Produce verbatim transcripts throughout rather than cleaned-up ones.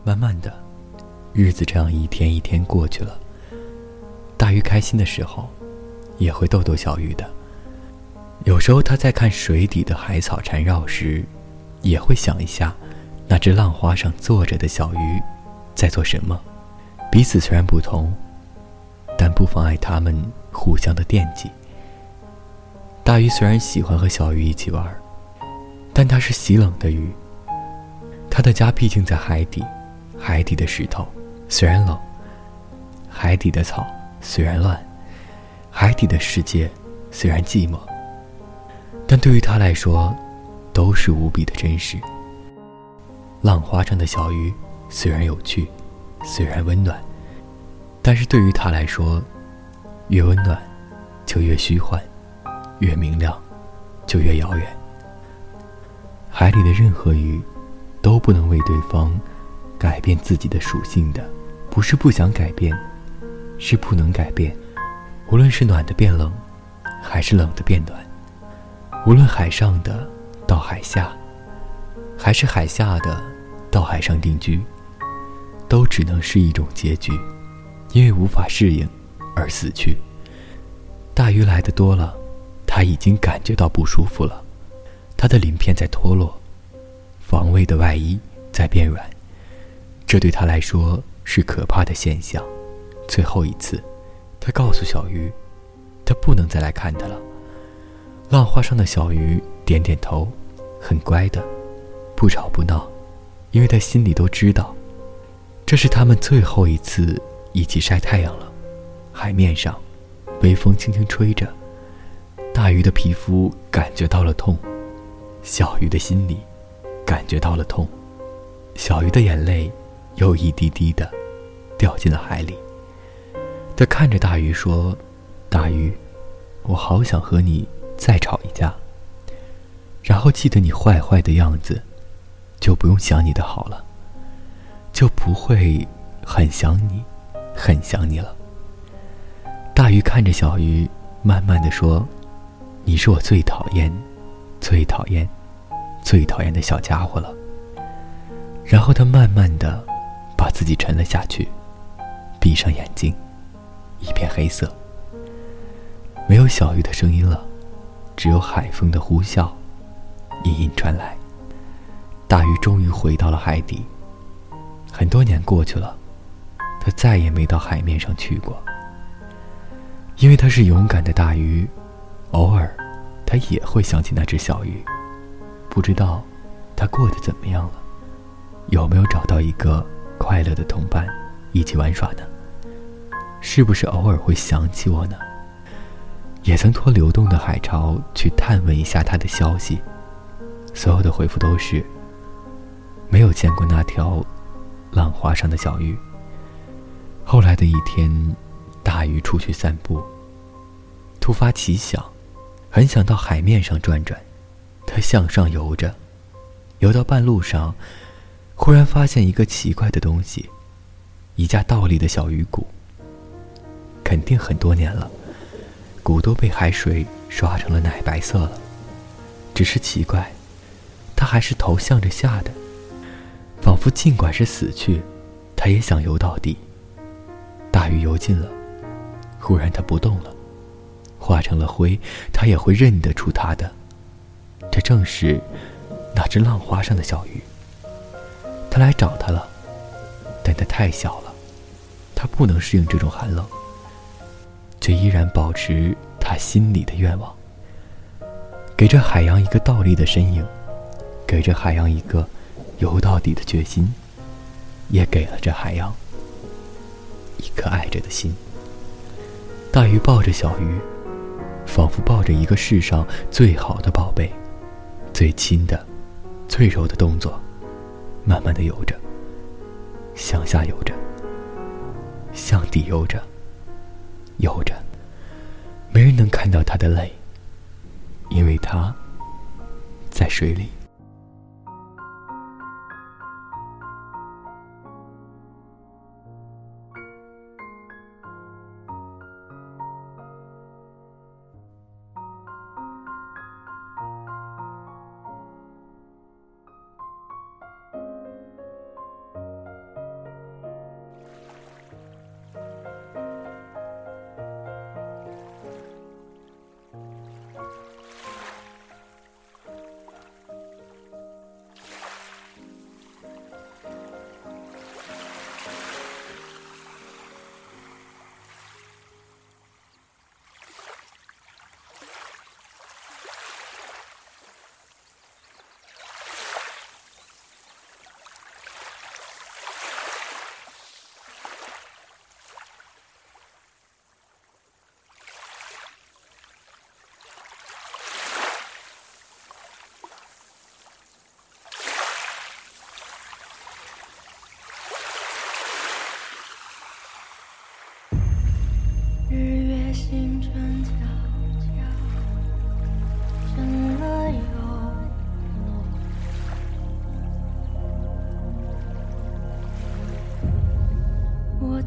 慢慢的，日子这样一天一天过去了。大鱼开心的时候，也会逗逗小鱼的。有时候他在看水底的海草缠绕时，也会想一下那只浪花上坐着的小鱼在做什么。彼此虽然不同，但不妨碍他们互相的惦记。大鱼虽然喜欢和小鱼一起玩，但它是喜冷的鱼。它的家毕竟在海底，海底的石头虽然冷，海底的草虽然乱，海底的世界虽然寂寞，但对于他来说都是无比的真实。浪花上的小鱼虽然有趣，虽然温暖，但是对于他来说，越温暖就越虚幻，越明亮就越遥远。海里的任何鱼都不能为对方改变自己的属性的，不是不想改变，是不能改变。无论是暖的变冷，还是冷的变暖，无论海上的到海下，还是海下的到海上定居，都只能是一种结局，因为无法适应而死去。大鱼来的多了，他已经感觉到不舒服了，他的鳞片在脱落，防卫的外衣在变软，这对他来说是可怕的现象。最后一次，他告诉小鱼，他不能再来看他了。浪花上的小鱼点点头，很乖的，不吵不闹，因为他心里都知道，这是他们最后一次一起晒太阳了。海面上，微风轻轻吹着，大鱼的皮肤感觉到了痛，小鱼的心里感觉到了痛，小鱼的眼泪又一滴滴的掉进了海里。他看着大鱼说：大鱼，我好想和你再吵一架，然后记得你坏坏的样子，就不用想你的好了，就不会很想你，很想你了。大鱼看着小鱼，慢慢地说：你是我最讨厌最讨厌最讨厌的小家伙了。然后他慢慢地把自己沉了下去，闭上眼睛，一片黑色，没有小鱼的声音了，只有海风的呼啸隐隐传来。大鱼终于回到了海底，很多年过去了，他再也没到海面上去过。因为他是勇敢的大鱼，偶尔他也会想起那只小鱼，不知道他过得怎么样了，有没有找到一个快乐的同伴一起玩耍呢？是不是偶尔会想起我呢？也曾托流动的海潮去探问一下他的消息，所有的回复都是没有见过那条浪花上的小鱼。后来的一天，大鱼出去散步，突发奇想，很想到海面上转转。他向上游着，游到半路上，忽然发现一个奇怪的东西，一架倒立的小鱼骨，肯定很多年了，骨都被海水刷成了奶白色了。只是奇怪，它还是头向着下的，仿佛尽管是死去，它也想游到底。大鱼游近了，忽然它不动了，化成了灰，它也会认得出它的。这正是那只浪花上的小鱼。它来找它了，但它太小了，它不能适应这种寒冷，却依然保持它心里的愿望，给这海洋一个倒立的身影，给这海洋一个游到底的决心，也给了这海洋一颗爱着的心。大鱼抱着小鱼，仿佛抱着一个世上最好的宝贝，最亲的最柔的动作，慢慢地游着，向下游着，向底游着，游着，没人能看到他的泪，因为他在水里。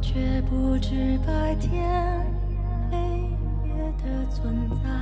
却不知白天黑夜的存在。